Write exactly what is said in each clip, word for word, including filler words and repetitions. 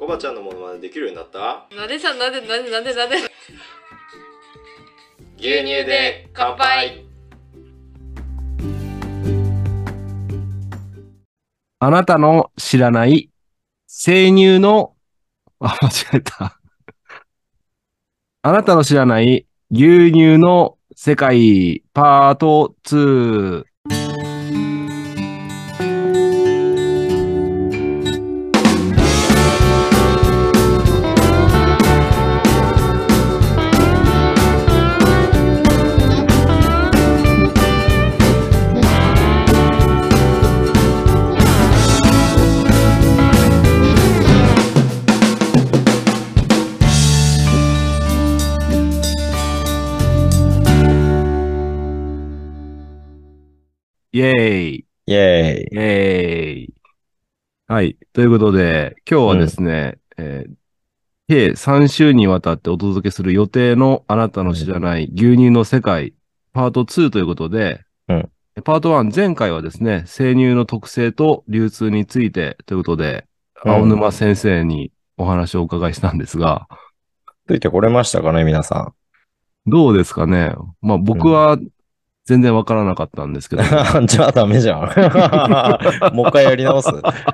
コバちゃんのものまねできるようになった？ なんでさ、なんでなんでなんでなんで牛乳で乾杯。 あなたの知らない生乳の、あ、間違えた。あなたの知らない牛乳の世界パートツー。イェーイ。 イェーイ。 イェーイ。はい。ということで、今日はですね、うんえー計さん週にわたってお届けする予定のあなたの知らない牛乳の世界パートツーということで、 うん、 パートワン、前回はですね、生乳の特性と流通についてということで、 うん、 青沼先生にお話をお伺いしたんですが、 ついてこれましたかね、皆さどうですかね。まあ僕は全然わからなかったんですけど、 ん。じゃあダメじゃん。もう一回やり直す。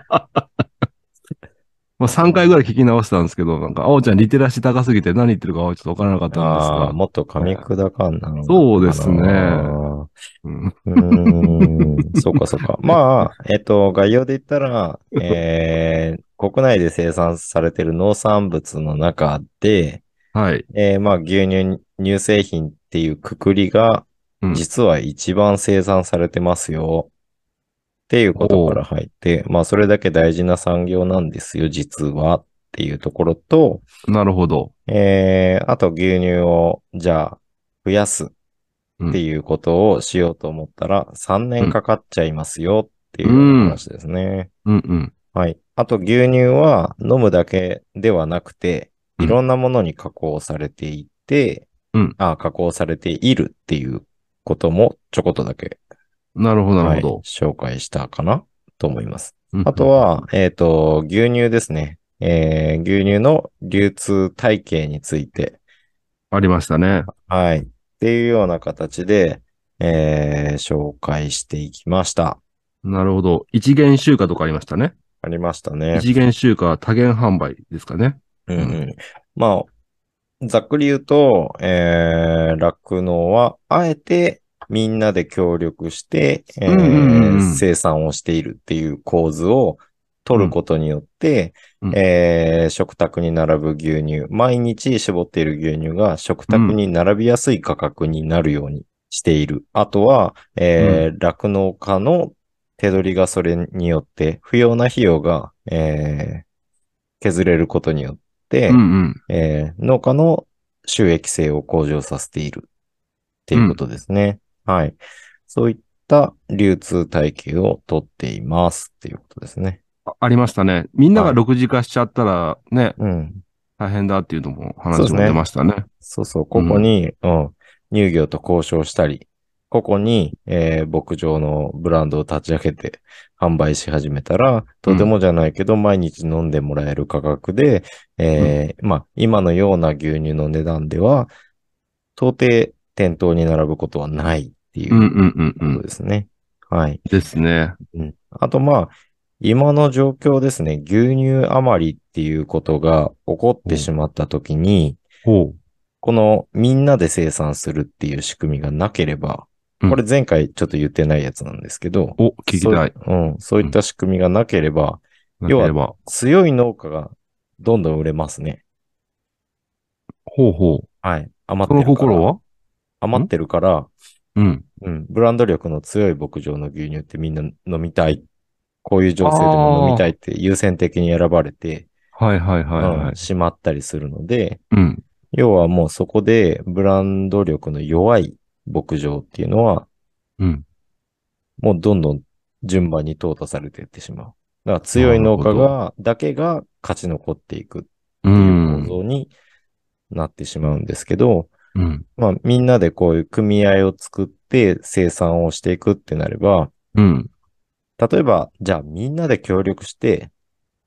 まあさんかいぐらい聞き直したんですけど、なんか、青ちゃんリテラシー高すぎて何言ってるかはちょっとわからなかったんですああ、 が。 もっと噛み砕かんな。 そうですね。 うんうーん、そうかそうか。まあ、えっと、概要で言ったら、えー、国内で生産されている農産物の中で、 はい。 えー、まあ、牛乳、乳製品っていうくくりが、 うん実は一番生産されてますよ。っていうことから入って、まあ、それだけ大事な産業なんですよ、実は。っていうところと、 なるほど。 えー、あと牛乳を、じゃあ、増やすっうんていうことをしようと思ったら、さんねんかかっちゃいますよっていうような話ですね。 うんうん。 はい。あと牛乳は飲むだけではなくて、 うんいろんなものに加工されていて、 うんあ、加工されているっていうこともちょこっとだけ、 なるほど、なるはい、 ほど。 紹介したかなと思います。 うんあとは、えっと、牛乳ですね。えー、牛乳の流通体系について、 ありましたね。 はい。っていうような形で、えー、紹介していきました。 なるほど。一元集荷とかありましたね。 ありましたね。 一元集荷は多元販売ですかね。 うんうん。まあ、ざっくり言うと、えー、酪農は、あえてみんなで協力して、えーうんうんうんうん生産をしているっていう構図を取ることによって、 うんえー食卓に並ぶ牛乳、毎日絞っている牛乳が食卓に並びやすい価格になるようにしている。あとは、えー酪農家の手取りがそれによって、不要な費用が、えー削れることによって、 うんうん。 えー農家の収益性を向上させているっていうことですね。はい。そういった流通体系をとっていますっていうことですね。 あありましたね。みんながはいろくじ化しちゃったらね、 うん。 大変だっていうのもそうですね話も出ましたね。 そうそう。ここに、うん、乳業と交渉したり、ここに、えー牧場のブランドを立ち上げて販売し始めたら、とてもじゃないけど、毎日飲んでもらえる価格で、えーまあ、今のような牛乳の値段では、到底店頭に並ぶことはないっていううんうんうんうことん。 ですね。はい。 ですね。 うん。あと、まあ、今の状況ですね、牛乳余りっていうことが起こってしまったときに、 ほこのみんなで生産するっていう仕組みがなければ、 うんこれ前回ちょっと言ってないやつなんですけど、 う。お、聞きたい。 そう、うん、そういった仕組みがなければ、 なければ。 強い農家がどんどん売れますね。 ほうほう。 はい。余そのってるから。 心は余ってるから、 うん。 うん、ブランド力の強い牧場の牛乳ってみんな飲みたい。こういう情勢でも飲みたいって優先的に選ばれて、 はいはいはいはい。 うん、しまったりするので、 うん。 要はもうそこでブランド力の弱い牧場っていうのは、 うん。 もうどんどん順番に淘汰されていってしまう。だから強い農家が、だけが勝ち残っていくっていう構造になってしまうんですけど、 うん。 まあみんなでこういう組合を作って生産をしていくってなれば、 うん。 例えば、じゃあみんなで協力して、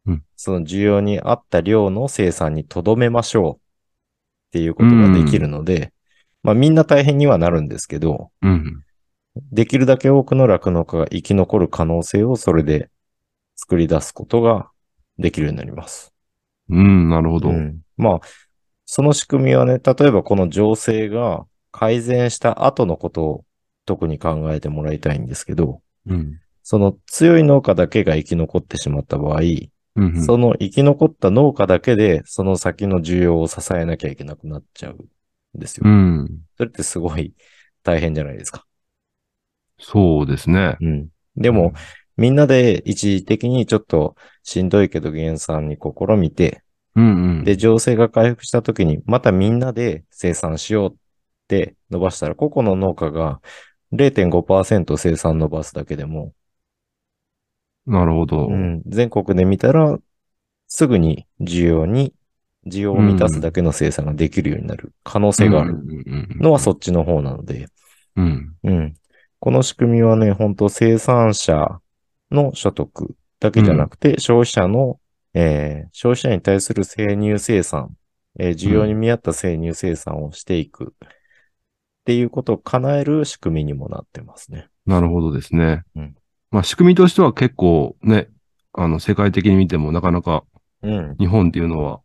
うんその需要に合った量の生産に留めましょうっていうことができるので、まあみんな大変にはなるんですけど、 うん。 できるだけ多くの酪農家が生き残る可能性をそれで作り出すことができるようになります。 うん、なるほど。 うん、まあ、その仕組みはね、例えばこの情勢が改善した後のことを特に考えてもらいたいんですけど、 うん。 その強い農家だけが生き残ってしまった場合、 うんうん。 その生き残った農家だけでその先の需要を支えなきゃいけなくなっちゃうんですよ。 うん。 それってすごい大変じゃないですか。 そうですね。 うん。でも、みんなで一時的にちょっとしんどいけど減産に試みて、 うんうん。 で、情勢が回復した時に、またみんなで生産しようって伸ばしたら、個々の農家が れいてんごパーセント 生産伸ばすだけでも、 なるほど。 うん、全国で見たら、すぐに需要に、需要を満たすだけの生産ができるようになる可能性があるのはそっちの方なので、 うん。 うん。この仕組みはね、本当生産者の所得だけじゃなくて、消費者の、えー消費者に対する生乳生産、えー需要に見合った生乳生産をしていくっていうことを叶える仕組みにもなってますね。 なるほどですね。 うんまあ仕組みとしては結構ね、あの世界的に見てもなかなかうん。 日本っていうのは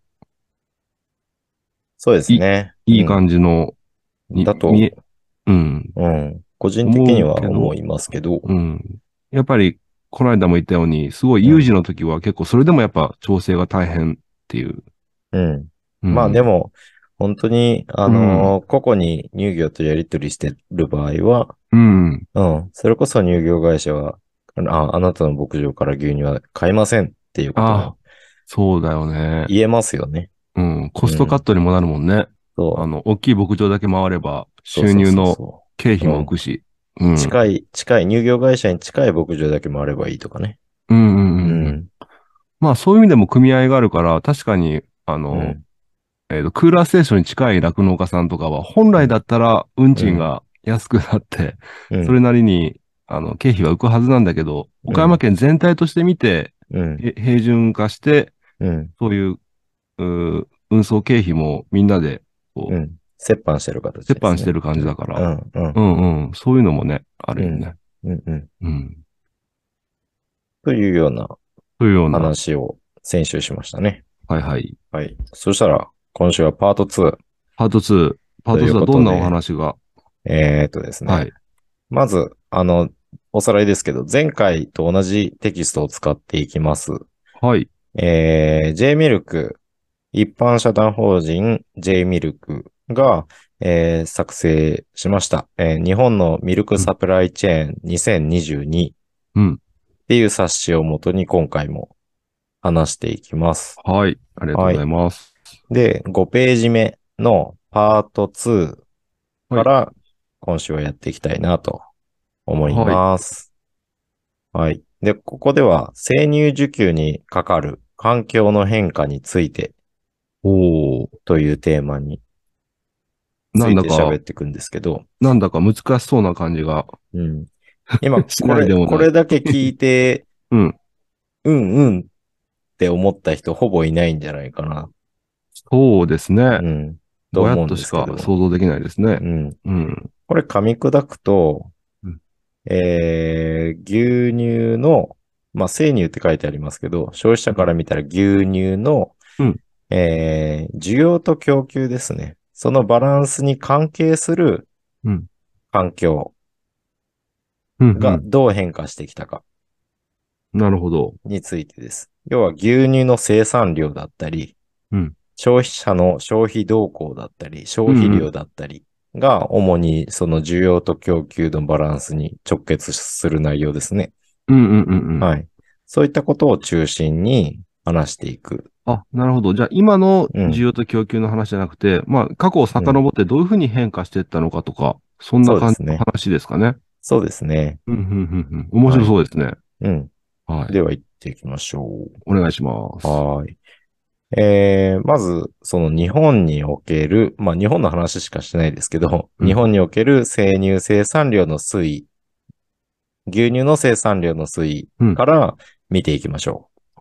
そうですね。 いい感じの、にだと見え、うん。 うん。個人的には思いますけど、 うん。やっぱり、この間も言ったように、すごい有事の時は結構それでもやっぱ調整が大変っていう。 うん。 うん、 まあでも、本当に、あのー個々に乳業とやり取りしてる場合は、 うん。 うん。それこそ乳業会社は、あ、あなたの牧場から牛乳は買いませんっていうことああも、 そうだよね。 言えますよね。 うん。コストカットにもなるもんね。 そう。 あの、大きい牧場だけ回れば、 そうそうそうそう収入の経費も浮くし。うん。 近い、近い、乳業会社に近い牧場だけ回ればいいとかね。 うんうんうん。 ううんん。 まあそういう意味でも組合があるから、確かに、あの、 うんえっと、クーラーステーションに近い酪農家さんとかは、本来だったら運賃が安くなって、 うん。 それなりに、あの、経費は浮くはずなんだけど、 うん岡山県全体として見て、 うん。 へ平準化して、 うん。 そういう、うー運送経費もみんなで、こう、 うん。折半してる形ですね。 折半してる感じだから、 うん。うんう。んうん、そういうのもね、あるよね。 うん。うん。 うん。 というようなというような、 話を先週しましたね。 はいはい。 はい。そしたら、今週はパートツー。 パートツー。パートツーはどんなお話が、 えーっとですね。 はい。 まず、あの、おさらいですけど、前回と同じテキストを使っていきます。 はい。 えー、J ミルク、一般社団法人 J ミルクが、えー作成しました、えー日本のミルクサプライチェーンにせんにじゅうにうん。 っていう冊子をもとに今回も話していきます。 はい。ありがとうございます。 で、ごページ目のパートツーから今週はやっていきたいなと思います。はい。で、ここでは生乳受給にかかる環境の変化についておー。 というテーマにつなんだかいて喋っていくんですけど、 なんだか難しそうな感じが。 うん。今、 しこれ、 ないでもないこれだけ聞いて、 うん。 うんうんって思った人ほぼいないんじゃないかな。 そうですね。 うん。と思ぼやっとしうんですけど。 か想像できないですねう。ん。 うん。 これ噛み砕くと、 うんえー、牛乳の、まあ、生乳って書いてありますけど、消費者から見たら牛乳の、 うんえー、需要と供給ですね。そのバランスに関係するうん。 環境うん。うがんどう変化してきたかなるほど。 についてです。要は牛乳の生産量だったり、 うん。 消費者の消費動向だったり、消費量だったりが主にその需要と供給のバランスに直結する内容ですね。 うんうんうんうん。 はい。そういったことを中心に話していく。 あ、なるほど。じゃあ今のうん需要と供給の話じゃなくて、まあ過去を遡ってどういうふうに変化していったのかとか、そんな感じの話ですかね。 そうですね。 うんうんうんうん。面白そうですね。 うん。 はい。 では行っていきましょお願いします。 う。はい。えー、まず、その日本における、まあ日本の話しかしてないですけど、 うん日本における生乳生産量の推移、牛乳の生産量の推移うんから見ていきましょはい。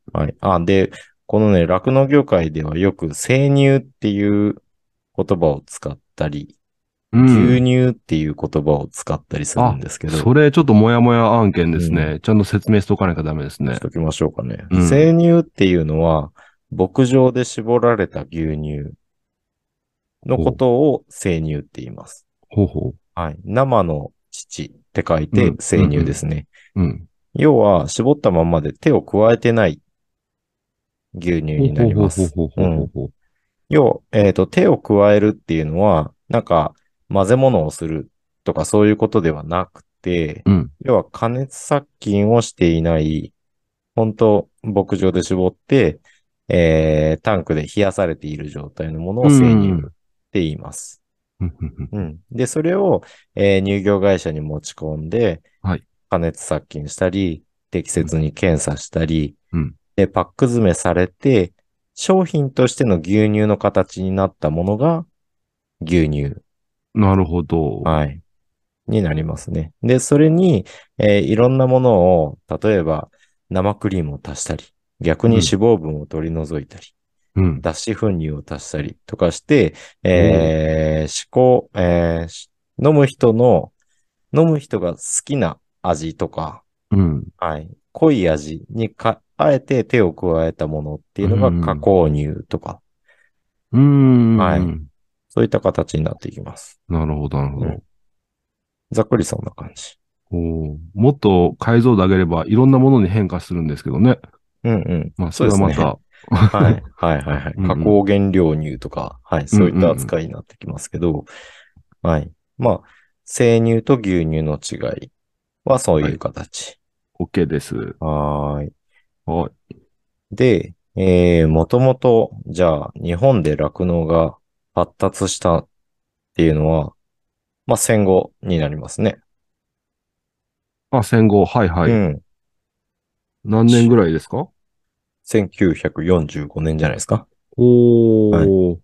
はい。あ、で、このね、酪農業界ではよく生乳っていう言葉を使ったり、 うん。 牛乳っていう言葉を使ったりするあんですけ、ど、 それちょっともやもや案件ですね。 うちゃんと説明しとかなきゃダメですねし。ときましょうかね。 うん生乳っていうのは、牧場で絞られた牛乳のことを生乳って言います。 ほうほはい。生の乳って書いてうん生乳ですね。 う。うん。 要は、絞ったままで手を加えてない牛乳になります。 ほうほうほうほうほうほう。 要、えっと、手を加えるっていうのは、なんか、混ぜ物をするとかそういうことではなくて、 うん。 要は加熱殺菌をしていない、本当牧場で絞って、えー、タンクで冷やされている状態のものを生乳って言います。 うんうんう。ん。で、それを、えー乳業会社に持ち込んで、 はい。 加熱殺菌したり、適切に検査したり、 うん。 で、パック詰めされて、商品としての牛乳の形になったものが牛乳。 なるほど。 はい。になりますね。で、それに、えーいろんなものを、例えば生クリームを足したり、逆に脂肪分を取り除いたり、 うん。 脱脂粉乳を足したりとかして、えー、思考、えーし飲む人の、飲む人が好きな味とか、 うん。 はい、濃い味にか、あえて手を加えたものっていうのが加工乳とか、 うーん。 はいそういった形になっていきます。 なるほど、なるほど。 うんざっくりそんな感じ。 おーもっと解像度上げればいろんなものに変化するんですけどね。 うんうん。 まあ、それはまた。 はい。はいはいはい。 うんうん加工原料乳とか、はい。そういった扱いになってきますけど、はい。まあ、生乳と牛乳の違いはそういう形。 OK です。 はーい。 はい。 で、えー、もともと、じゃあ、日本で酪農が発達したっていうのは、まあ戦後になりますね。 あ、戦後、はいはい。 うん。 何年ぐらいですか？ せんきゅうひゃくよんじゅうごねんじゃないですか。 おー。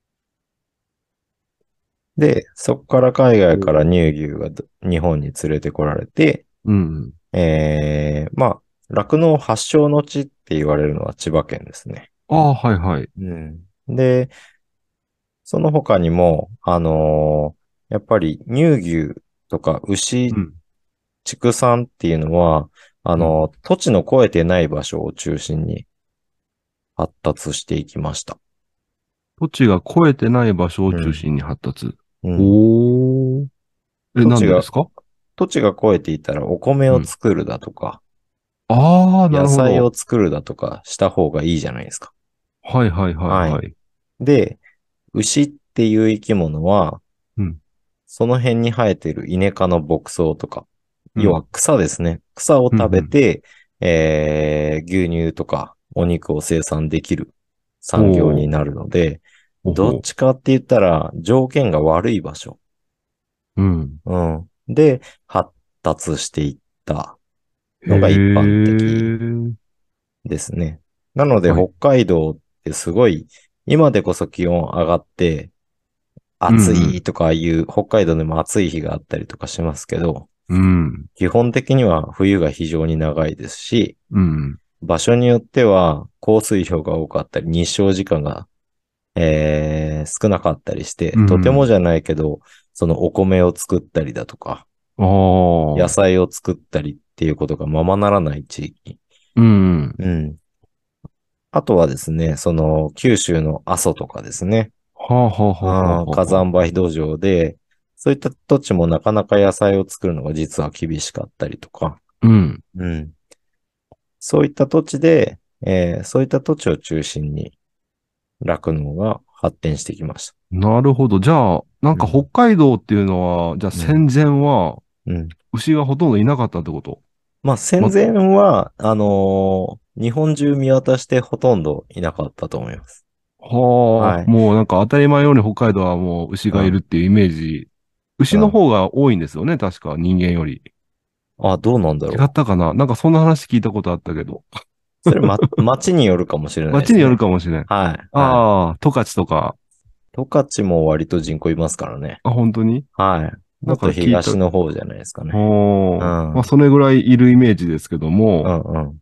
で、そこから海外から乳牛がど日本に連れてこられて、 うん。 えー、まあ、酪農発祥の地って言われるのは千葉県ですね。 ああ、はいはい。 うん。で、その他にも、あのーやっぱり乳牛とか牛うん。 畜産っていうのは、あのー土地の超えてない場所を中心に発達していきました。 土地が超えてない場所を中心に発達。 うん、 おー。え、 土地がなんでですか？ 土地が超えていたらお米を作るだとか、 ああ、なるほ野菜をど。 作るだとかした方がいいじゃないですか。 はいはいはいはい。 で、牛っていう生き物は、 うんその辺に生えているイネ科の牧草とか、 うん要は草ですね。草を食べて、えー、牛乳とかお肉を生産できる産業になるので、 ほうほうどっちかって言ったら条件が悪い場所。 うん。 うん。で、発達していったへのが一般的ー。 ですね。なので、 はい北海道ってすごい、今でこそ気温上がって、暑いとかいう、北海道でも暑い日があったりとかしますけど、 うん。 基本的には冬が非常に長いですし、 うん。 場所によっては降水量が多かったり、日照時間が、えー、少なかったりして、 うんとてもじゃないけど、そのお米を作ったりだとか、 ああ。 野菜を作ったりっていうことがままならない地域。 うん。 うん。あとはですね、その九州の阿蘇とかですね、 はあはあはあはあはあ。 火山灰土壌で、そういった土地もなかなか野菜を作るのが実は厳しかったりとか、 うん。 うん。そういった土地で、えーそういった土地を中心に酪農が発展してきました。 なるほど。じゃあ、なんかうん北海道っていうのは、じゃあ戦前はうん。 牛がほとんどいなかったってこと？ まあ戦前は、あのー日本中見渡してほとんどいなかったと思います。 はあ、 はいもうなんか当たり前ように北海道はもう牛がいるっていうイメージ。牛の方が多いんですよね、確か人間より。 あ、どうなんだろう。 違ったかななんかそんな話聞いたことあったけど。 それ、ま、町によるかもしれないですね。 街によるかもしれん。 はい。はい。 ああ、十勝とか。 十勝も割と人口いますからね。 あ、本当にはい。もっと東の方じゃないですかね。 おー。 うんまあ、それぐらいいるイメージですけども、 うんうん。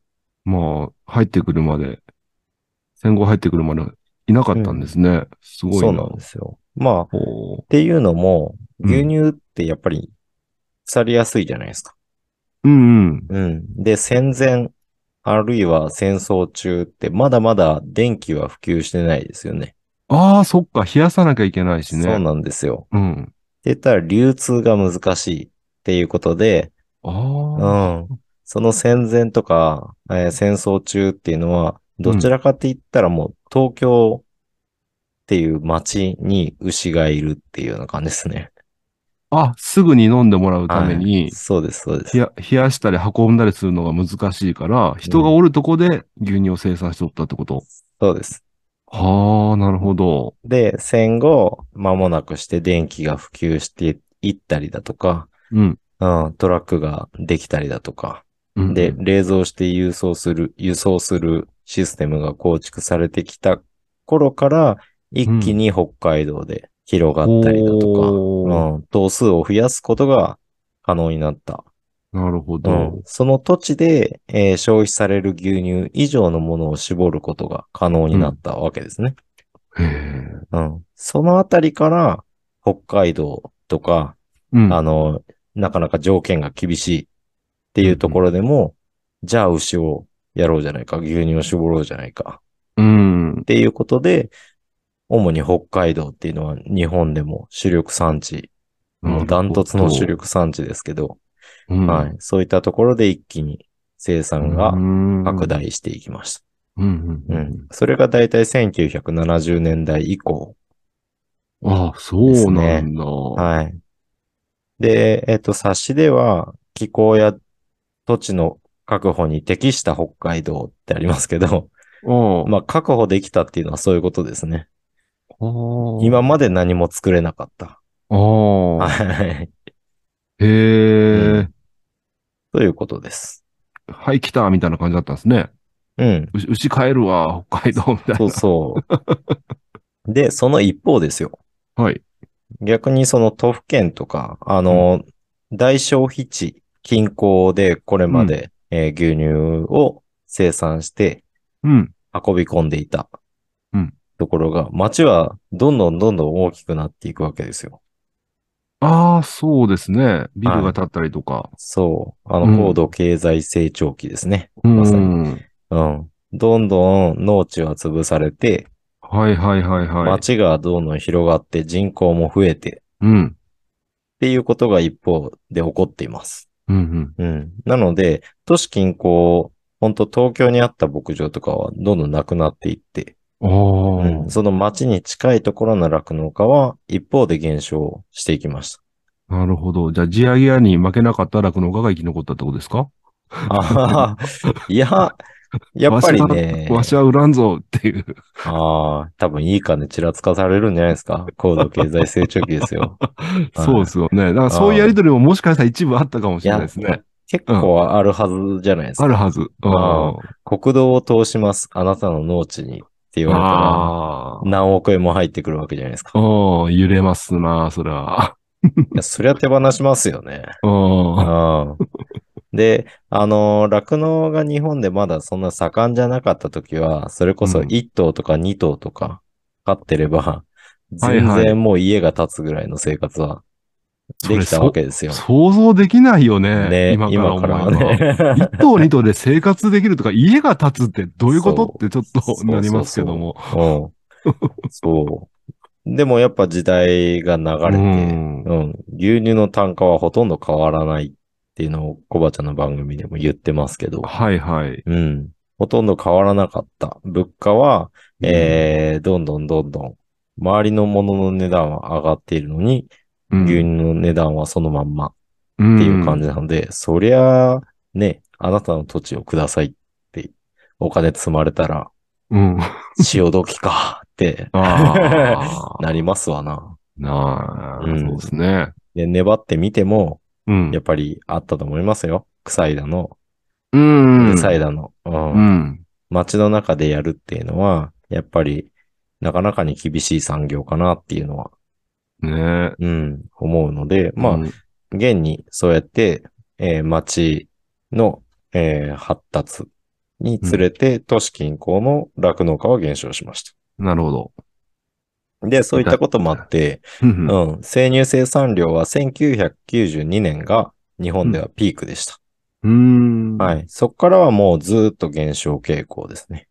まあ、入ってくるまで、戦後入ってくるまでいなかったんですね。すごいな。 そうなんですよ。まあ、っおーていうのも、 うん牛乳ってやっぱり腐りやすいじゃないですか。 うんうん。 うん。で、戦前、あるいは戦争中ってまだまだ電気は普及してないですよね。 ああ、そっか。冷やさなきゃいけないしね。 そうなんですよ。 うん。 って言ったら流通が難しいっていうことで、 あうあ。 ん。その戦前とか、えー戦争中っていうのは、どちうん。 らかって言ったらもう東京っていう街に牛がいるっていうような感じですね。 あ、すぐに飲んでもらうためはい。 に、 そうです、そうです。 冷や、冷やしたり運んだりするのが難しいから、 うん。 人がおるとこで牛乳を生産しておったってこと。 そうです。 はあ、なるほど。 で、戦後、間もなくして電気が普及していったりだとか、 うん。 うん、トラックができたりだとか、で、 うんうん。 冷蔵して郵送する、輸送するシステムが構築されてきた頃から、一気うん。 に北海道で広がったりだとか、うおー。 ん、頭数を増やすことが可能になった。 なるほうん、 ど。 その土地で、えー消費される牛乳以上のものを絞ることが可能にうん。 なったわけですね。 へえ。 うん、そのあたりから、北海道とか、 うん。 あの、なかなか条件が厳しいってうん。 いうところでも、じゃあ牛をやろうじゃないか、牛乳を絞ろうじゃないかうん。 っていうことで、主に北海道っていうのは日本でも主力産地、もうダンなるほトツの主ど。 力産地ですけど、 うん。 はい。そういったところで一気に生うー産が拡ん。 大していきました。 うん。うんうん。 うんそれがだいたいせんきゅうひゃくななじゅうねんだい以降うん。あ、 でそうなすね。 んだ。 はい。で、えっと、冊子では気候や土地の確保に適した北海道ってありますけど、 あまあ、確保できたっていうのはそういうことですね。 あ。あ今まで何も作れなかった。 あ。ああ。 はい。 へえ。 うん。ということです。 はい、来たみたいな感じだったんですね。 うん。 牛、牛飼えるわ、北海道みたいそうな。 そう。で、その一方ですよ。 はい。 逆にその都府県とか、あうん。 の、大消費地近郊でこれうん。 まで、えー牛乳を生産してうん。 運び込んでいたうん。 ところが、街はどんどんどんどん大きくなっていくわけですよ。 ああ、そうですね。ビルはい。 が建ったりとか。 そう。あの、高うん。 度経済成長期ですね。 うまさに。 ん。 うん。どんどん農地は潰されて、 はいはいはいはい。 街がどんどん広がって人口も増えてうん。 っていうことが一方で起こっています。 うん。 うん。なので、都市近郊、本当東京にあった牧場とかはどんどんなくなっていって、 うん。 うん。 あその街に近いところの酪農家は一方で減少していきました。 あ。なるほど。じゃあ、地上げ屋に負けなかった酪農家が生き残ったってことですか？ あはは、いや、やっぱりわしは、わしね、 は売らんぞっていう。 ああ、多分いい金ちらつかされるんじゃないですか。高度経済成長期ですよ。 そうではい。 すよね。だからそういうやああ、 りとりももしかしたら一部あったかもしれないでいや、 すね。 結うん。 構あるはずじゃないですか。 あるはず。うああ、 ん。 国道を通します。あなたの農地にって言われたら、 ああ。 何億円も入ってくるわけじゃないですか。 うん、揺れますな、それは。 いや、そりゃ手放しますよね。 うん。 ああ。で、あの、酪農が日本でまだそんな盛んじゃなかった時は、それこそうん。 いっ頭とかに頭とか飼ってれば、全はいはい。 然もう家が建つぐらいの生活はそれ、 できたわそ、 けですよ。 想像できないよね。 ね、 今から今からは思えば。一ね。 棟二棟で生活できるとか、家が建つってどういうことっそう、 てちょっとなりまそうそうすけども。 そう。うん、そう。でもやっぱ時代が流うれて、 ん。 うん、牛乳の単価はほとんど変わらないっていうのをコバちゃんの番組でも言ってますけど、 はいはい。 うん。ほとんど変わらなかった。物価は、 うん。 えー、どんどんどんどん、周りのものの値段は上がっているのに、牛乳うん。 の値段はそのまんまっうていう感じなん。 ので、そりゃあ、ね、あなたの土地をくださいってお金積まれたら、 うん。 潮時かってなりああ。 ますわな。うなあ、そうでん。 すね。 で、粘ってみても、 うん。 やっぱりあったと思いますよ。臭いだの、 ううるさいん。 だの。うん。 うん。 街の中でやるっていうのは、やっぱり、なかなかに厳しい産業かなっていうのは、 ねえ。 うん、思うので、まあ、 うん。 現にそうやって、えー街の、えー発達につれて、都市近郊の酪農家は減少しましなるほど。 た。で、そういったこともあって、 うんううんん、生乳生産量はせんきゅうひゃくきゅうじゅうにねんが日本ではピークでした。 うーん。 はい。そこからはもうずーっと減少傾向ですね。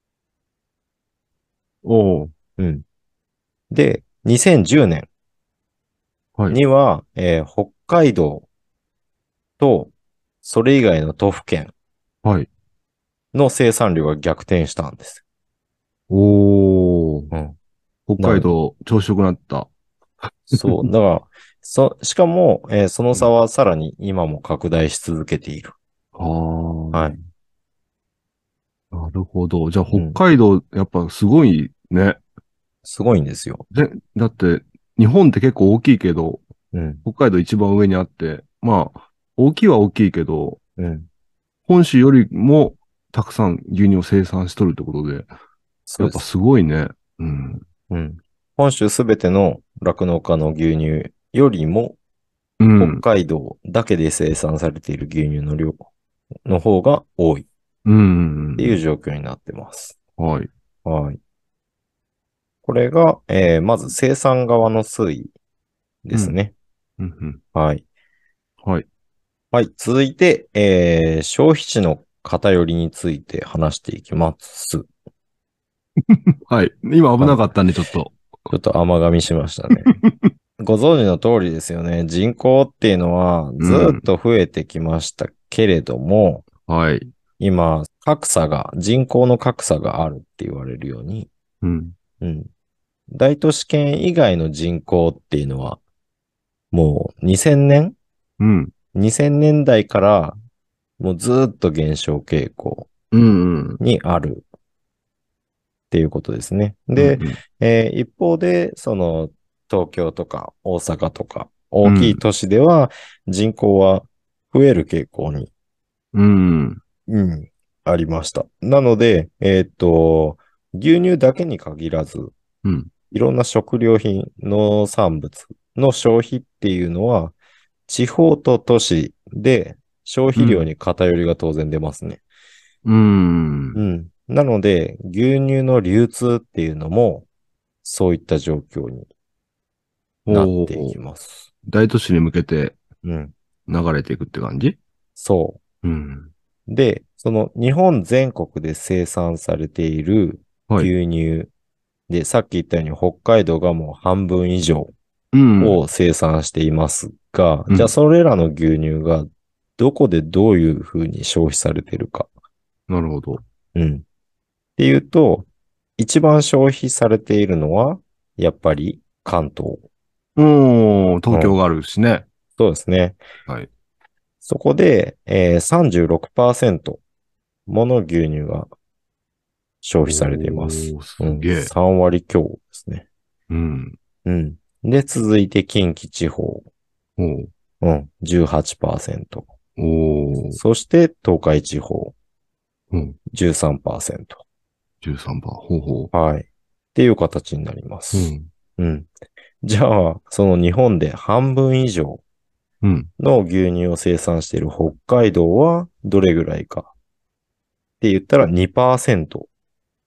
おー。 うん。で、にせんじゅうねはい。 んには、えー北海道とそれ以外の都府県はい。 の生産量が逆転したんです。 おー。 うん。 北海道、調子良くなった。 そう。だから、そ、しかも、えーその差はさらに今も拡大し続けている。 ああ。 はい。 なるほど。じゃあ、 うん北海道、やっぱすごいね。 すごいんですよ。 で、だって、日本って結構大きいけど、 うん。 北海道一番上にあって、まあ、大きいは大きいけど、 うん。 本州よりもたくさん牛乳を生産しとるってことで、 そうです。 やっぱすごいね。うん。 うん。本州すべての酪農家の牛乳よりも、 うん。 北海道だけで生産されている牛乳の量の方が多いっうん。 ていう状況になってます。 はい。 はい。これが、えーまず生産側の推移ですね。 うん。 はい。 はい。 はい。続いて、えー消費地の偏りについて話していきます。 はい。今危なかったんで、ちょっと。 ちょっと甘噛みしましたね。ご存知の通りですよね。人口っていうのはずーっと増えてきましたけれども、 はい。 今、格差が、人口の格差があるって言われるように、 うん。 うん。大都市圏以外の人口っていうのは、もうにせんねんうん。 にせんねんだいからもうずーっと減少傾向うん。うん。 にあるっていうことですね。で、 うん、 えー一方で、その東京とか大阪とか大きい都市では人口は増える傾向に、 うん。 うん、ありました。なので、えーっと、牛乳だけに限らず、 うん。 いろんな食料品、農産物の消費っていうのは、地方と都市で消費量に偏りが当然出ますね。 うん。 うん。なので、牛乳の流通っていうのも、そういった状況になっていきます。 大都市に向けてうん。 流れていくって感じ？ そうん。 う。で、その日本全国で生産されているはい。 牛乳で、さっき言ったように北海道がもう半分以上うん。 を生産していますが、 うんじゃあそれらの牛乳がどこでどういうふうに消費されているか。 なるほど。 うん。っていうと、一番消費されているのは、やっぱり関東。 おー、東京があるしね。 そうですね。 はい。 そこで、えー、さんじゅうろくパーセントもの牛乳が消費されていますおー。すげえ。 うん、さん割強ですね。 うん。 うん。で、続いて近畿地方。 おー。 うん。じゅうはちパーセント。 おー。 そして東海地方。 うん。 じゅうさんパーセント。 じゅうさんパー。ほうほはい。っていう形になりまう。うす。 ん。 うん。じゃあ、その日本で半分以上うん。 の牛乳を生産している北海道はどれぐらいかって言ったら にパーセント。 え ?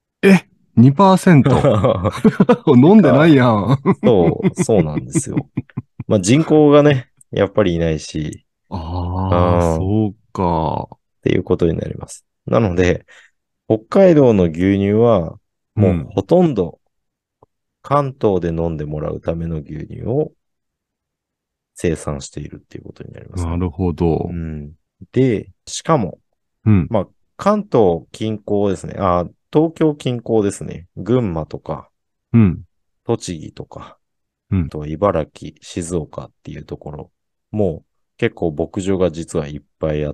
にパーセント? 飲んでないやん。 そう、そうなんですよ。まあ人口がね、やっぱりいないし、 ああ、 うんそうか。 っていうことになります。なので、北海道の牛乳はもうほとんど関東で飲んでもらうための牛乳を生産しているっていうことになります、ね。 なるほどう。ん。で、しかも、 うん。 まあ、関東近郊ですね。あ、東京近郊ですね。群馬とか、 うん。 栃木とか、 うんあとは茨城、静岡っていうところも結構牧場が実はいっぱいあって、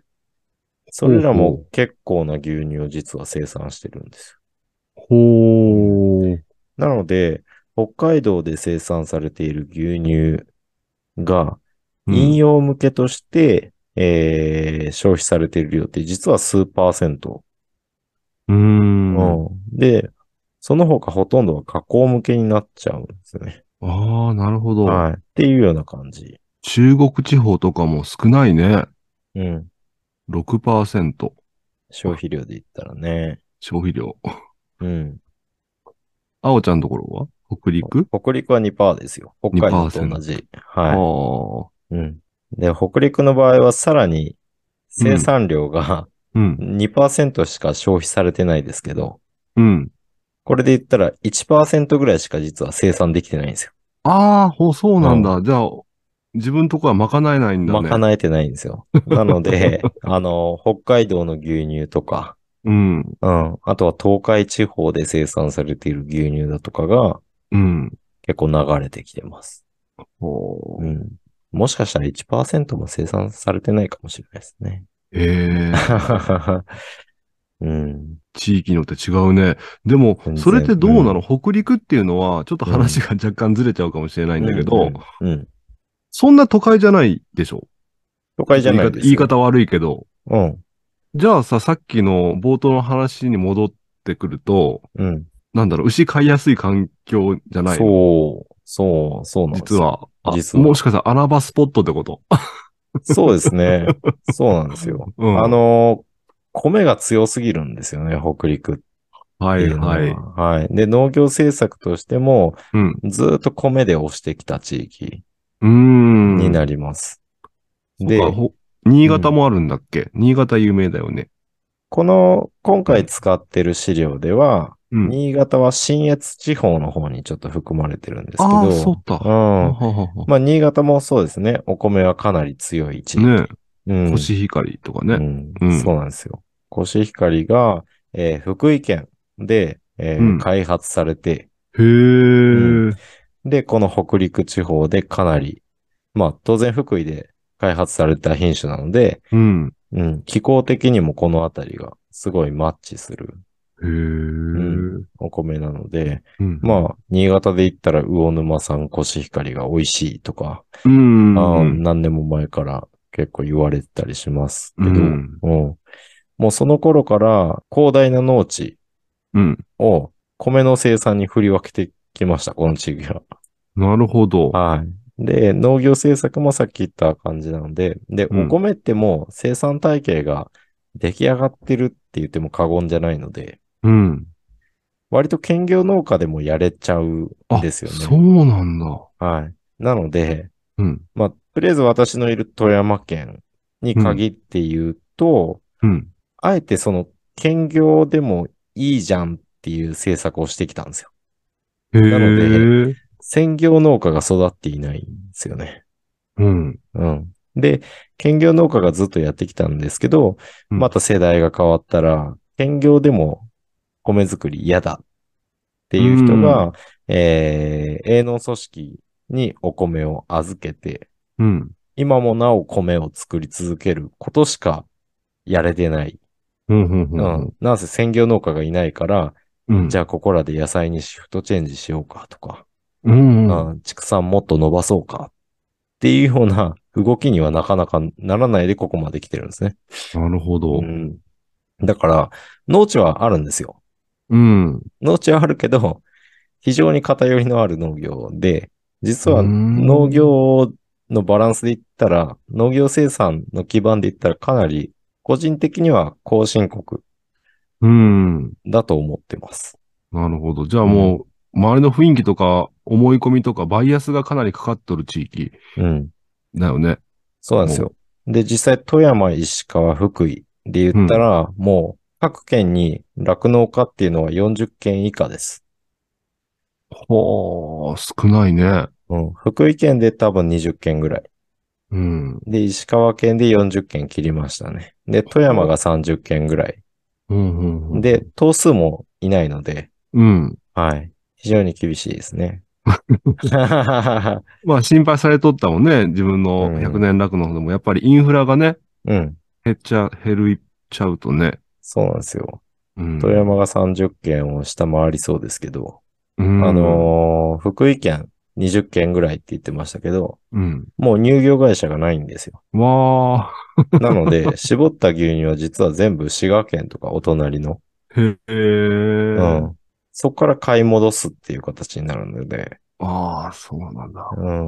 それらも結構な牛乳を実は生産してるんですほー。 よ。なので、北海道で生産されている牛乳が飲用向けとして、えー消費されている量って実は数パーセント。 うーん。 うんで、その他ほとんどは加工向けになっちゃうんですね。 ああ、なるほど。 はい。っていうような感じ。 中国地方とかも少ないね。 うん。 ろくパーセント。 消費量で言ったらね。 消費量。 うん。 あおちゃんのところは北陸北陸はにパーセント ですよ。北海道と同じ。はい。 ああ。 うん。で、北陸の場合はさらに生産量がうん。 にパーセントしか消費されてないですけど、 うん。 これで言ったらいちパーセントぐらいしか実は生産できてないんですよ。 ああ、ほそうなんだ。じゃあ、自分とこは賄えないんだね。 賄えてないんですよ。なので、あの、北海道の牛乳とか、 うん。 うん。あとは東海地方で生産されている牛乳だとかがうん。 結構流れてきてます。 ほう。 うん。もしかしたらいちパーセントも生産されてないかもしれないですね。 ええうん。 地域によって違うね。でも全、然それってどうなの、 うん、 北陸っていうのは、ちょっと話が若干ずれちゃうかもしれないんだけど、 うん、うん。うん。 そんな都会じゃないでしょ？ 都会じゃちょっと言い方、 ないですよ。 言い方悪いけど。 うん。 じゃあさ、さっきの冒頭の話に戻ってくると、 うん。 なんだろう、牛飼いやすい環境じゃないの？ そう、そう、そうなんですよ。 実は。あ、 実は。 もしかしたら穴場スポットってこと？ そうですね。そうなんですよ。 うん。 あの、米が強すぎるんですよね、北陸っはいていうのは。 はい。 はい。で、農業政策としても、 うん。 ずーっと米で押してきた地域うーになん。 ります。 そうか、 で、 ほ、新うん、 潟もあるんだっけ？新潟有名だよね。 この、今回うん。 使ってる資料では、 うん。 新潟は信越地方の方にちょっと含まれてるんですけああ、そど、 うだ。 うははん。 はは。 まあ、新潟もそうですね。お米はかなり強い地ねえ。 域。うん。 コシヒカリとかね。 うん。 うん。 そうなんですよ。コシヒカリが、えー福井県で、えーうん。 開発されて、 へうん。 え。 で、この北陸地方でかなり、まあ、当然福井で開発された品種なので、 うん。 うん。気候的にもこのあたりがすごいマッチする、 へえ。ううん。 ん。 お米なので、 うん。 まあ、新潟で言ったら魚沼産コシヒカリが美味しいとか、 うん。 あーうん。 何年も前から結構言われてたりしますうけど、 ん。 うん。もうその頃から広大な農地うん。 を米の生産に振り分けてきました、この地域は。 なるほど。 はい。で、農業政策もさっき言った感じなので、で、 うん。 お米ってもう生産体系が出来上がってるって言っても過言じゃないので、 うん。 割と兼業農家でもやれちゃうんあ、 ですよね。 そうなんだ。 はい。なので、 うん。 まあ、とりあえず私のいる富山県にうん。 限って言うと、 うん。 あえてその兼業でもいいじゃんっていう政策をしてきたんですよ。 へなので、 え。 専業農家が育っていないんですよね。 うん。 うん。で、兼業農家がずっとやってきたんですけど、 うん。 また世代が変わったら、兼業でも米作り嫌だってういう人ん。 が、えー、営農組織にお米を預けて、 うん。 今もなお米を作り続けることしかやれてない。 うん。うん。 うん。なんせ専業農家がいないから、 うん。 じゃあここらで野菜にシフトチェンジしようかとか、 うん。うん。 うん、畜産もっと伸ばそうかっていうような動きにはなかなかならないでここまで来てるんですね。 なるほど。 うん。だから、農地はあるんですよ。 うん。 農地はあるけど、非常に偏りのある農業で、実うーは農ん。 業のバランスで言ったら、農業生産の基盤で言ったらかなり個人的には後進国うん。 だと思ってます。 なるほど。じゃあうん。 もう、周りの雰囲気とか、思い込みとか、バイアスがかなりかかっとる地域うん。 だよね。もそうなんですよ。で、実際富山、石川、福井で言う。うん。 ったら、もう各県に酪農家っていうのはよんじゅっけん以下です。 ほー、少ないね。 うん。福井県で多分にじゅっけんぐらい。 うん。 で、石川県でよんじゅっけん切りましたね。で、富山がさんじゅっけんぐらい。 うん、うん、うん。 で、頭数もいないので、 うん。 はい。非常に厳しいですね。 まあ心配されとったもんね。自分うの百ん。 年酪農でも、やっぱりインフラがね、 うん。 減っちゃ、減るいっちゃうとね。 そうなんですよ。 うん。 富山がさんじゅっけんを下回りそうですけど、 うあん。 のー福井県にじゅっけんぐらいって言ってましたけど、 うん。 もう乳業会社がないんですよ。 わなので、絞った牛乳は実は全部滋賀県とかお隣の、 ー。へえ。 うん。そこから買い戻すっていう形になるので、 ああ、そうなんだ。 うん。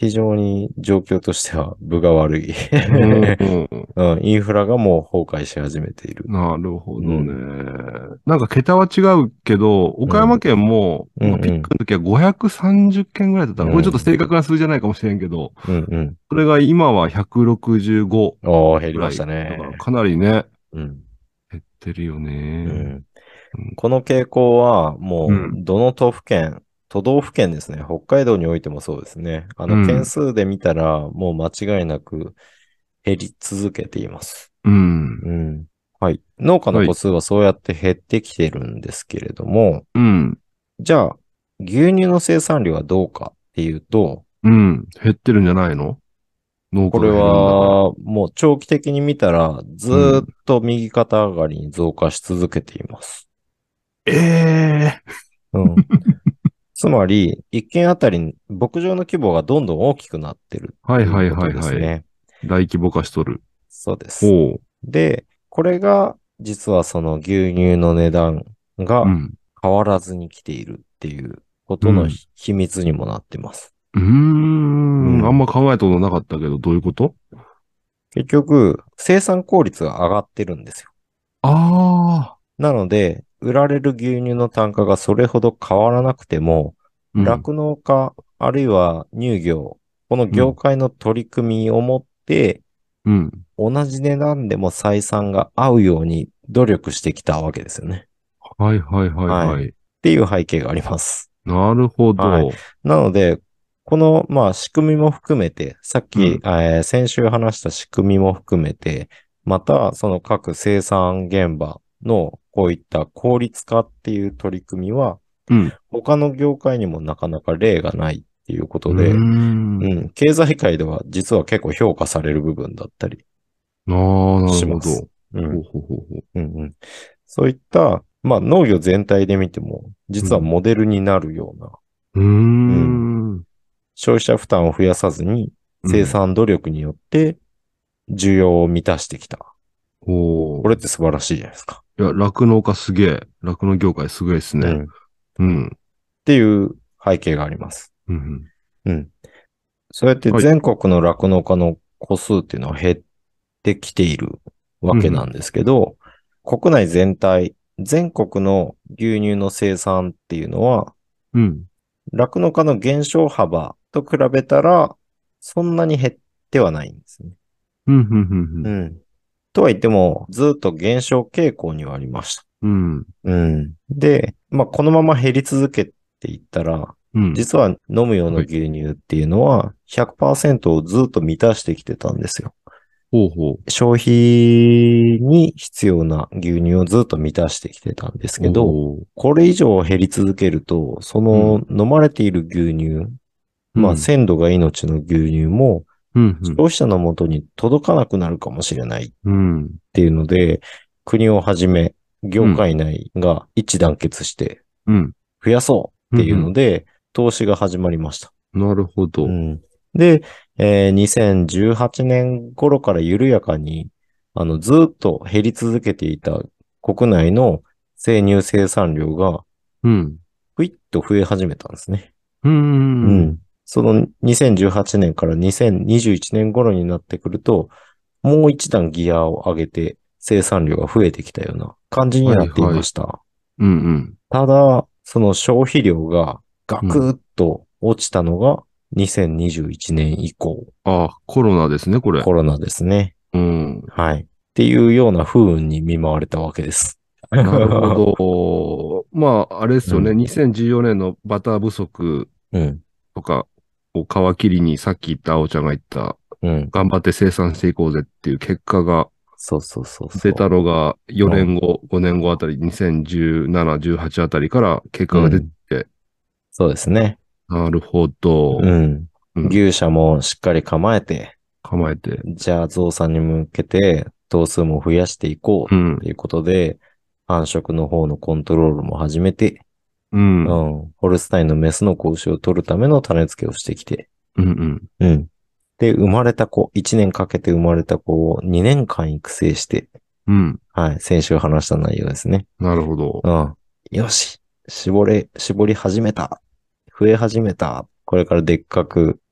非常に状況としては分が悪い。 うんうん、インフラがもう崩壊し始めている。 なるほどね。なんか桁は違うけど、岡山県も、 うんまあピックの時はごひゃくさんじゅっけんぐらいだったの。 うんこれちょっと正確な数字じゃないかもしれんけど、 うんうん。 それが今はひゃくろくじゅうごおー、減りぐらい。 ましただからね。 かなりね、 うん。 減ってるようね。 ん。この傾向は、もう、 うんどの都府県、都道府県ですね。北海道においてもそうですね。あの、 うん件数で見たら、もう間違いなく減り続けています。 うん。 うん。はい。農家の個数はそうやって減ってきてるんですけれども、 うん。 じゃあ、牛乳の生産量はどうかっていうと、 うん。減ってるんじゃないの？農これ家が減るんだから。 は、もう長期的に見たら、ずーっと右肩上がりに増加し続けています。 ええうん。つまり、一軒あたり、牧場の規模がどんどん大きくなってるはいはいということはいはい。 ですね。 大規模化しとる。 そうです。 ほう。 で、これが、実はその牛乳の値段がうん。 変わらずに来ているっていうことのひ秘密にもなってます。 うーん。 うんあんま考えたことなかったけど、どういうこと？ 結局、生産効率が上がってるんですよ。 ああなので、売られる牛乳の単価がそれほど変わらなくても、 ー。うん。 酪農家、あるいは乳業、この業界の取り組みをもって、 うん。 同じ値段でも採算が合うように努力してきたわけですよね。 はいはいはいは。 はいっていう背景があります。 なるほど。 はいなので、この、まあ、仕組みも含めて、さっき、 うんえー先週話した仕組みも含めて、また、その各生産現場のこういった効率化っていう取り組みは、 うん。 他の業界にもなかなか例がないっていうことうーで、 ん。 うん、経済界では実は結構評価される部分だったりああ、なします。 るほど。 うんほうほうほうほう。 うんうん、そういった、まあ農業全体で見ても、実はモデルになるような、 うーん。 消費者負担を増やさずに、 うん生産努力によって需要を満たしてきた。 ほう。 これって素晴らしいじゃないですか。 いや、酪農家すげえ。酪農業界すごいですね。 うん。っうん。 ていう背景があります。 うん。 うん。そうやってはい全国の酪農家の個数っていうのは減ってきているわけなんですけど、国内全体、全国の牛乳の生産っていうのは、 うん。 酪農家の減少幅と比べたら、そんなに減ってはないんですね。 うん。うん。うん。 うん。とは言っても、ずっと減少傾向にはありました。 うん。 うん。で、まあ、このまま減り続けていったら、 うん。 実は飲む用の牛乳っていうのは ひゃくパーセント をずっと満たしてきてたんですよ。 ほうほう。 消費に必要な牛乳をずっと満たしてきてたんですけど、 おーこれ以上減り続けると、その飲まれている牛乳、まあ、 うん鮮度が命の牛乳もうん。うん。 消費者のもとに届かなくなるかもしれないっうん。 ていうので、国をはじめ業界内が一致団結してうん。 増やそうっていうので、投資が始まりました。 なるほど。 うんで、えーにせんじゅうはちねん頃から緩やかに、あの、ずっと減り続けていた国内の生乳生産量が、 うん。 ふいっと増え始めたんですね。 う。 うんん。そのにせんじゅうはちねんからにせんにじゅういちねん頃になってくると、もう一段ギアを上げて生産量が増えてきたような感じになっていました。 うん。うん。 ただ、その消費量がガクッと落ちたのがにせんにじゅういちねん以降、 ああ、コロナですね、これ。 コロナですね。 うん。 はい。っていうような不運に見舞われたわけです。 なるほど。まあ、あれですよね。 うんにせんじゅうよねんのバター不足うん。 とかを皮切りにさっき言った青ちゃんが言ったうん。 頑張って生産していこうぜっていう結果がそうそうそうそう。 出たのがよねんご、ごねんごあたり、にせんじゅうなな、じゅうはちあたりから結果が出てて、 そうですね。 なるほど。 うん。 うん牛舎もしっかり構えて、 構えて。 じゃあ増産に向けて頭数も増やしていこううんと。いうことで、繁殖の方のコントロールも始めて、 うん。 ううんん。ホルスタインのメスの子牛を取るための種付けをしてきて、 うん。 うん。で、生まれた子、いちねんかけて生まれた子をにねんかん育成して、 うん。 はい。先週話した内容ですね。 なるほど。 うん。よし。絞れ、絞り始めた。増え始めた。これからでっかく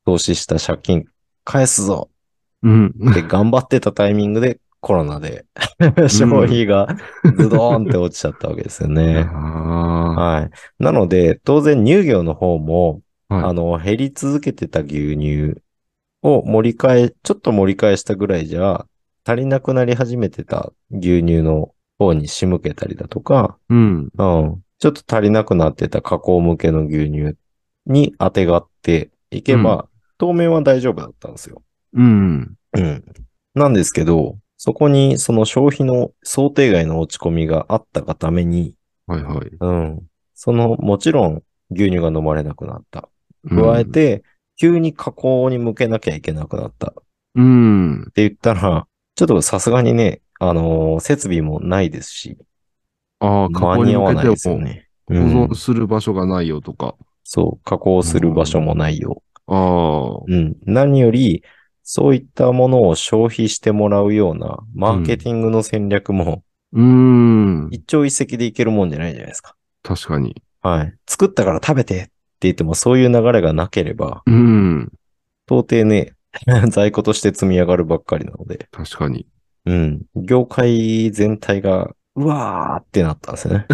投資した借金返すぞうん。 って頑張ってたタイミングでコロナで消費がズドーンって落ちちゃったわけですよね。 あはい。なので、当然乳業の方も、 あ。はい。 あの、減り続けてた牛乳を盛り返え、ちょっと盛り返したぐらいじゃ、足りなくなり始めてた牛乳の方に仕向けたりだとか、 うん。 うん。ちょっと足りなくなってた加工向けの牛乳に当てがっていけば、当面は大丈夫だったんですよ。 うん。 うん。なんですけど、そこにその消費の想定外の落ち込みがあったがために、 はいはい。 うん。その、もちろん牛乳が飲まれなくなった。 うん加え、て、急に加工に向けなきゃいけなくなった。っうん。 て言ったら、ちょっとさすがにね、あのー設備もないですし、 ああ、加間工に向けてに合わないですよもね。 保うん存する場所がないよとか。 そう、加工する場所もないよ。 ああ。 うん。何より、そういったものを消費してもらうようなマーケティングの戦略もうーん。 一朝一夕でいけるもんじゃないじゃないですか。 確かに。 はい。作ったから食べてって言ってもそういう流れがなければ、 うん。 到底ね、在庫として積み上がるばっかりなので、 確かに。 うん。業界全体が、うわーってなったんですよね。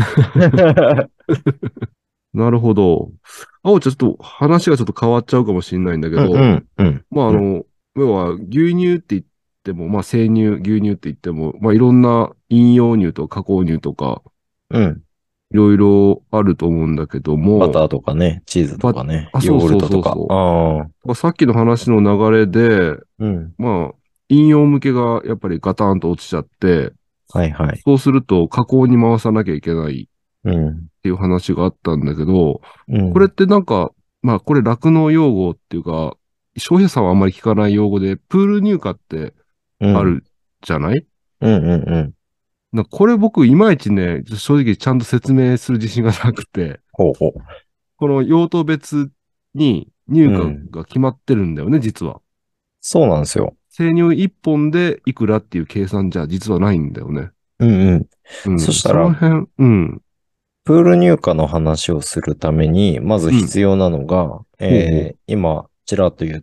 なるほど。あおちゃん、ちょっと話がちょっと変わっちゃうかもしれないんだけど、 うん、うん、うん。 まあ、あの、要は牛乳って言っても、まあ、生乳、牛乳って言っても、まあ、いろんな飲用乳とか加工乳とか、 うん。 いろいろあると思うんだけども、 バターとかね、チーズとかね、 あヨーグルトとか。 そうそうそうそうああ。 まあさっきの話の流れで、 うん。 まあ、飲用向けがやっぱりガタンと落ちちゃって、 はいはい。 そうすると加工に回さなきゃいけないうん。 っていう話があったんだけど、 うん。 これってなんか、まあこれ酪農用語っていうか、消費者さんはあんまり聞かない用語で、プール乳化ってうん、 あるじゃない、 うんうんうん。 なこれ僕いまいちね、正直ちゃんと説明する自信がなくて、 ほうほう。 この用途別に乳価が決まってるんだよね、実は。 そうなんですよ。 生乳いっぽんでいくらっていう計算じゃ実はないんだよね。 うんうん。 うん。 そしたらその辺、うん。 プール入荷の話をするために、まず必要なのが、えー今、ちらっと言った、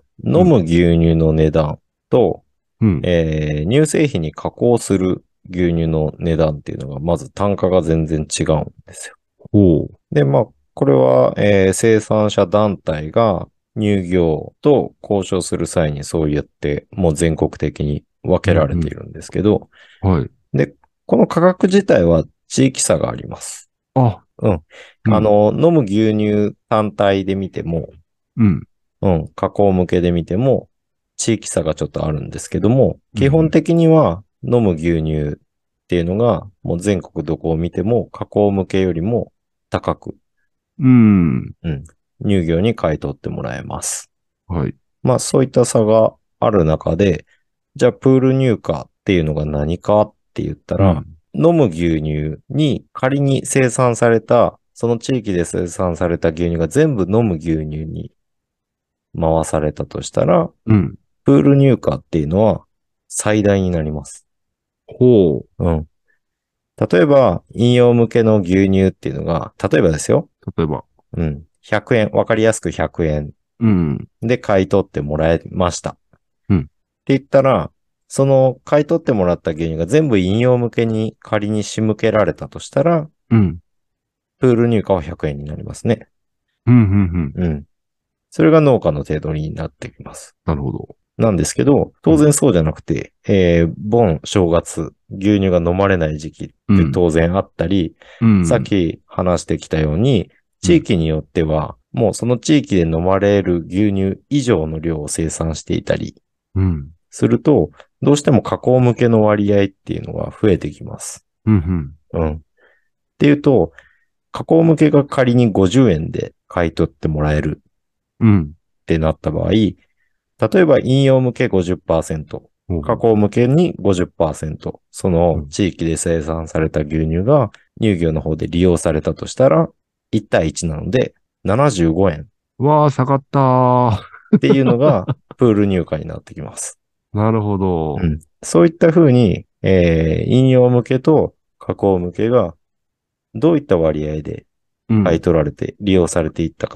飲む牛乳の値段と、 うん。 えー乳製品に加工する牛乳の値段っていうのが、まず単価が全然違うんですよ。 ほう。 で、まあ、これは、えー生産者団体が乳業と交渉する際にそうやってもう全国的に分けられているんですけど、 はい。 で、この価格自体は地域差があります。 あ、 うん。 うんあ、の、飲む牛乳単体で見ても、 うん。 うん、加工向けで見ても、地域差がちょっとあるんですけども、 うん基本的には飲む牛乳っていうのが、もう全国どこを見ても加工向けよりも高く、 うん。 うん、乳業に買い取ってもらえます。 はい。 まあそういった差がある中で、じゃあプール乳化っていうのが何かって言ったら、飲む牛乳に仮に生産された、その地域で生産された牛乳が全部飲む牛乳に回されたとしたら、 うん。 プール乳化っていうのは最大になります。 ほうん。例えば、飲用向けの牛乳っていうのが、例えばですよ。 う。例えば。 うん。ひゃくえん、わかりやすくひゃくえんうん。 で買い取ってもらえました。 うんって言ったら、その買い取ってもらった牛乳が全部飲用向けに仮に仕向けられたとしたら、 うん。 プール乳化はひゃくえんになりますね。 うん。うん。うん。 うん。それが農家の程度になってきます。 なるほど。 なんですけど、当然そうじゃなくて、えー、盆、正月、牛乳が飲まれない時期って当然あったり、 うん。 さっき話してきたように、地域によっては、もうその地域で飲まれる牛乳以上の量を生産していたりうん。 すると、どうしても加工向けの割合っていうのが増えてきます。 うん。 うん。っていうと、加工向けが仮にごじゅうえんで買い取ってもらえるうん。 ってなった場合、例えば飲用向け ごじゅっパーセント、 うん。 加工向けに ごじゅっパーセント、その地域で生産された牛乳が乳業の方で利用されたとしたら、いち対いちなのでななじゅうごえんわあ、下がったー。 っていうのがプール乳化になってきます。 なるほど。 うん、そういった風に、えー、飲用向けと加工向けがどういった割合でうん。 買い取られて利用されていったかっ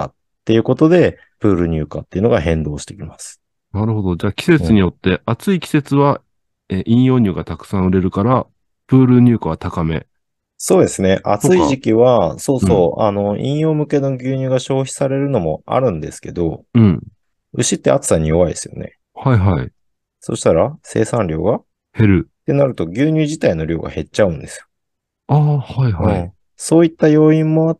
っていうことで、プール乳化っていうのが変動してきます。 なるほど。じゃあ季節によって、暑い季節は、えー飲用乳がたくさん売れるから、プール乳化は高め。 そうですね。暑い時期は、そうそう、あの、飲用向けの牛乳が消費されるのもあるんですけど、 うん。 牛って暑さに弱いですよね。 はいはい。 そしたら、生産量がっ減る。 てなると、牛乳自体の量が減っちゃうんですよ。 ああ、はいはい。 うん。そういった要因もあって、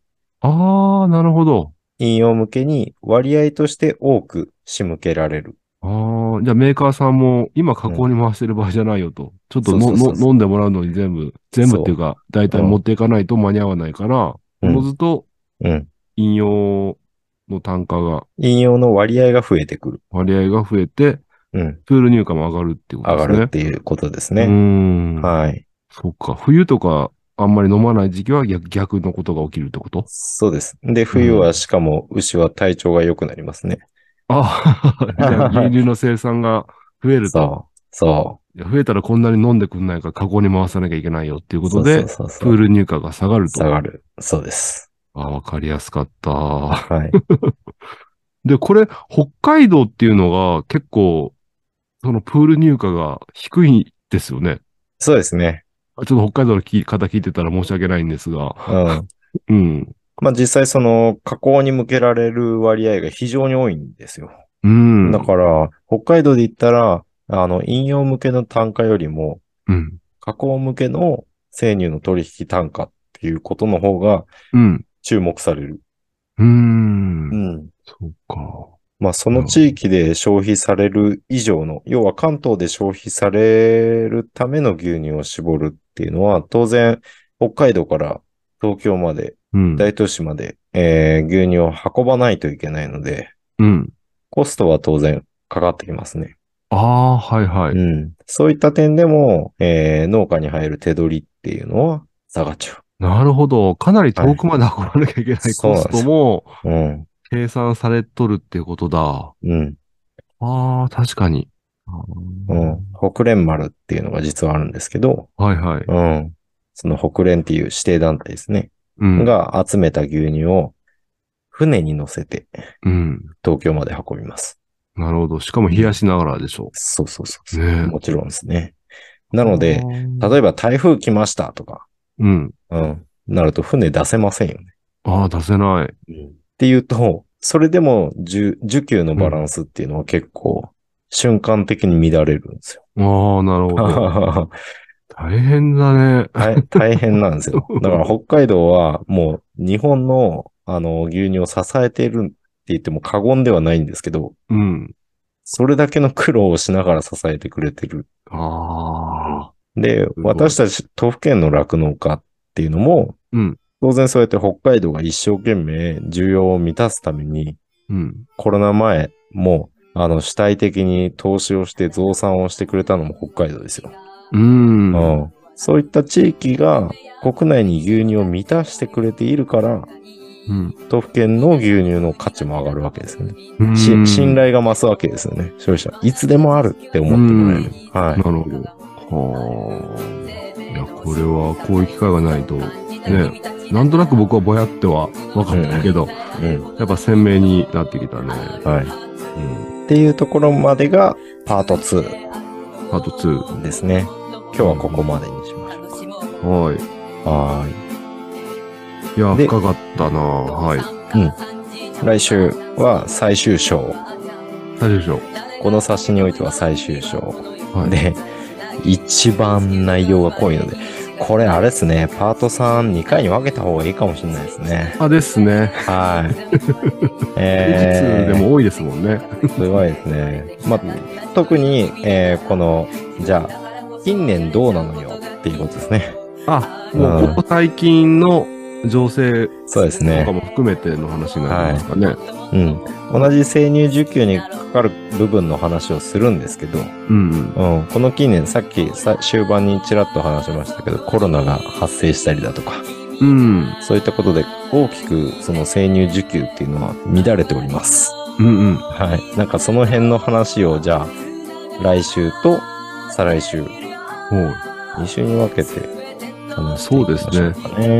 ああ、なるほど。 飲用向けに割合として多く仕向けられる。 ああ、じゃあメーカーさんも今加工に回してる場合じゃないよと。ちょっとのそうそうそうそうの飲んでもらうのに全部、全部っていうか、大体うん持っていかないと間に合わないから、おうんのずとうん。 飲用の単価が、 飲用の割合が増えてくる。 割合が増えて、 うん。 プール入荷も上がるっていうこと上ですね。 がるっていうことですうーね。 ん。 はい。 そっか。冬とかあんまり飲まない時期は逆、逆のことが起きるってこと？ そうです。で、冬はしかも牛は体調が良くなりますね。 ああ、じゃあ牛乳の生産が増えると。 そう。そいや増えたらこんなに飲んでくんないから加工に回さなきゃいけないよっていうう。 ことで、 そうそうそうそうプール入荷が下がると。 下がる。そうです。 ああ、わかりやすかった。 はい。 で、これ、北海道っていうのが結構、そのプール入荷が低いですよね。 そうですね。 あちょっと北海道の聞き方聞いてたら申し訳ないんですが。 うん。 うん。 まあ実際その加工に向けられる割合が非常に多いんですよ。 うん。 だから、北海道で言ったら、あの、飲用向けの単価よりも、 うん。 加工向けの生乳の取引単価っていうことの方がうん。 注目される。 うーん。 ん。 そうか。 まあその地域で消費される以上の、要は関東で消費されるための牛乳を絞るっていうのは、当然北海道から東京まで、 うん。 大都市まで、えー牛乳を運ばないといけないので、 うん。 コストは当然かかってきますね。 ああ、はいはい。 うん。そういった点でも、えー農家に入る手取りっていうのは下がっちゃなるほど。かなり遠くまで運ばなきゃいけないコストもう。うん。 計算されとるっていうことだ。 うん。 ああ、確かに。あーうん。北連丸っていうのが実はあるんですけど、 はいはい。 うん。その北連っていう指定団体ですね。 うん。 が集めた牛乳を船に乗せてうん。 東京まで運びます。 なるほど。しかも冷やしながらでしょそうそうそうそう、 ねえもちろんですね。なう。 ので、 あー例えば台風来ましたとか、 うん。 うん。なると船出せませんよね。 ああ、出せない。 っていうと、それでも需需給のバランスっていうのは結構瞬間的に乱れるんですよ。 ああ、なるほど。大変だね。 大大変なんですよ。だから北海道はもう日本のあの牛乳を支えているって言っても過言ではないんですけど、 うん。 それだけの苦労をしながら支えてくれてる。 ああ。 で、 ごい私たち都府県の酪農家っていうのも、 うん。 当然そうやって北海道が一生懸命需要を満たすために、 うん。 コロナ前も、あの、主体的に投資をして増産をしてくれたのも北海道ですよ。 うん。 うん。そういった地域が国内に牛乳を満たしてくれているから、 うん。 都府県の牛乳の価値も上がるわけですよね。 うんし信頼が増すわけですよね。消費者。いつでもあるって思ってもらえる。はなるほど。はあ。いや、これはこういう機会がないと、ね、なんとなく僕はぼやっては分かったけど、 い。うん。 やっぱ鮮明になってきたね。 はい。 うん。 っていうところまでがパートツあとツー。 ーですね。今日はここまでにしましょうか。 はい。 はいや、 で深かったなはい。 ーい。来週は最終章。 大丈夫でしょこの冊子においては最終章。 はい。 で、一番内容が濃いので、これあれですね、パートさんにかいに分けた方がいいかもしれないですね。 あ、ですね。 はい。 ええー、でも多いですもんね。 ー、すごいですね。まあ、特に、えー、この、じゃあ、近年どうなのよっていうことですね。 あ、もうここ最近の情勢そうですねとか。も含めての話になりますかね。 うん。同じ生乳需給にかかる部分の話をするんですけど、 うんうん。 うん。この近年、さっきさ終盤にちらっと話しましたけど、コロナが発生したりだとか、 うん。 そういったことで大きくその生乳需給っていうのは乱れております。 うんうん。 はい。なんかその辺の話をじゃあ、来週と再来週、 ほう。 に週に分けて話していきましょうかね。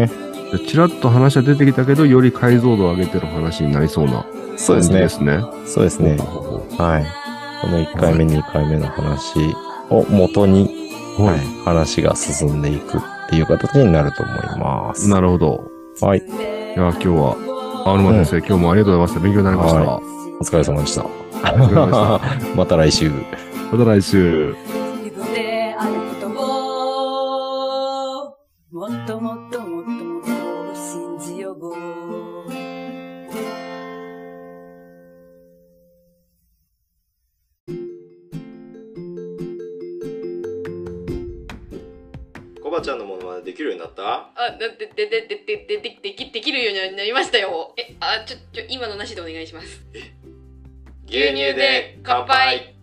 ちらっと話は出てきたけど、より解像度を上げてる話になりそうなそうですね感じで。すね。 そうですね。はい。このいっかいめ、にかいめの話を元に、 ははいい、話が進んでいくっていう形になると思います。 なるほど。 はい。 いや、今日は、青沼先生、今日もありがとうございました。勉強になりました。 はお疲れ様でした。 お疲れ様でしまた来週。 また来週。 自分であることをもっともっともっともっと信じよう。 コバちゃんのものまねできるようになったあ、で、で、で、で、で、で、で、でき、できるようになりましたよ。え、あ、ちょ、ちょ、今のなしでお願いします。 牛乳で乾杯。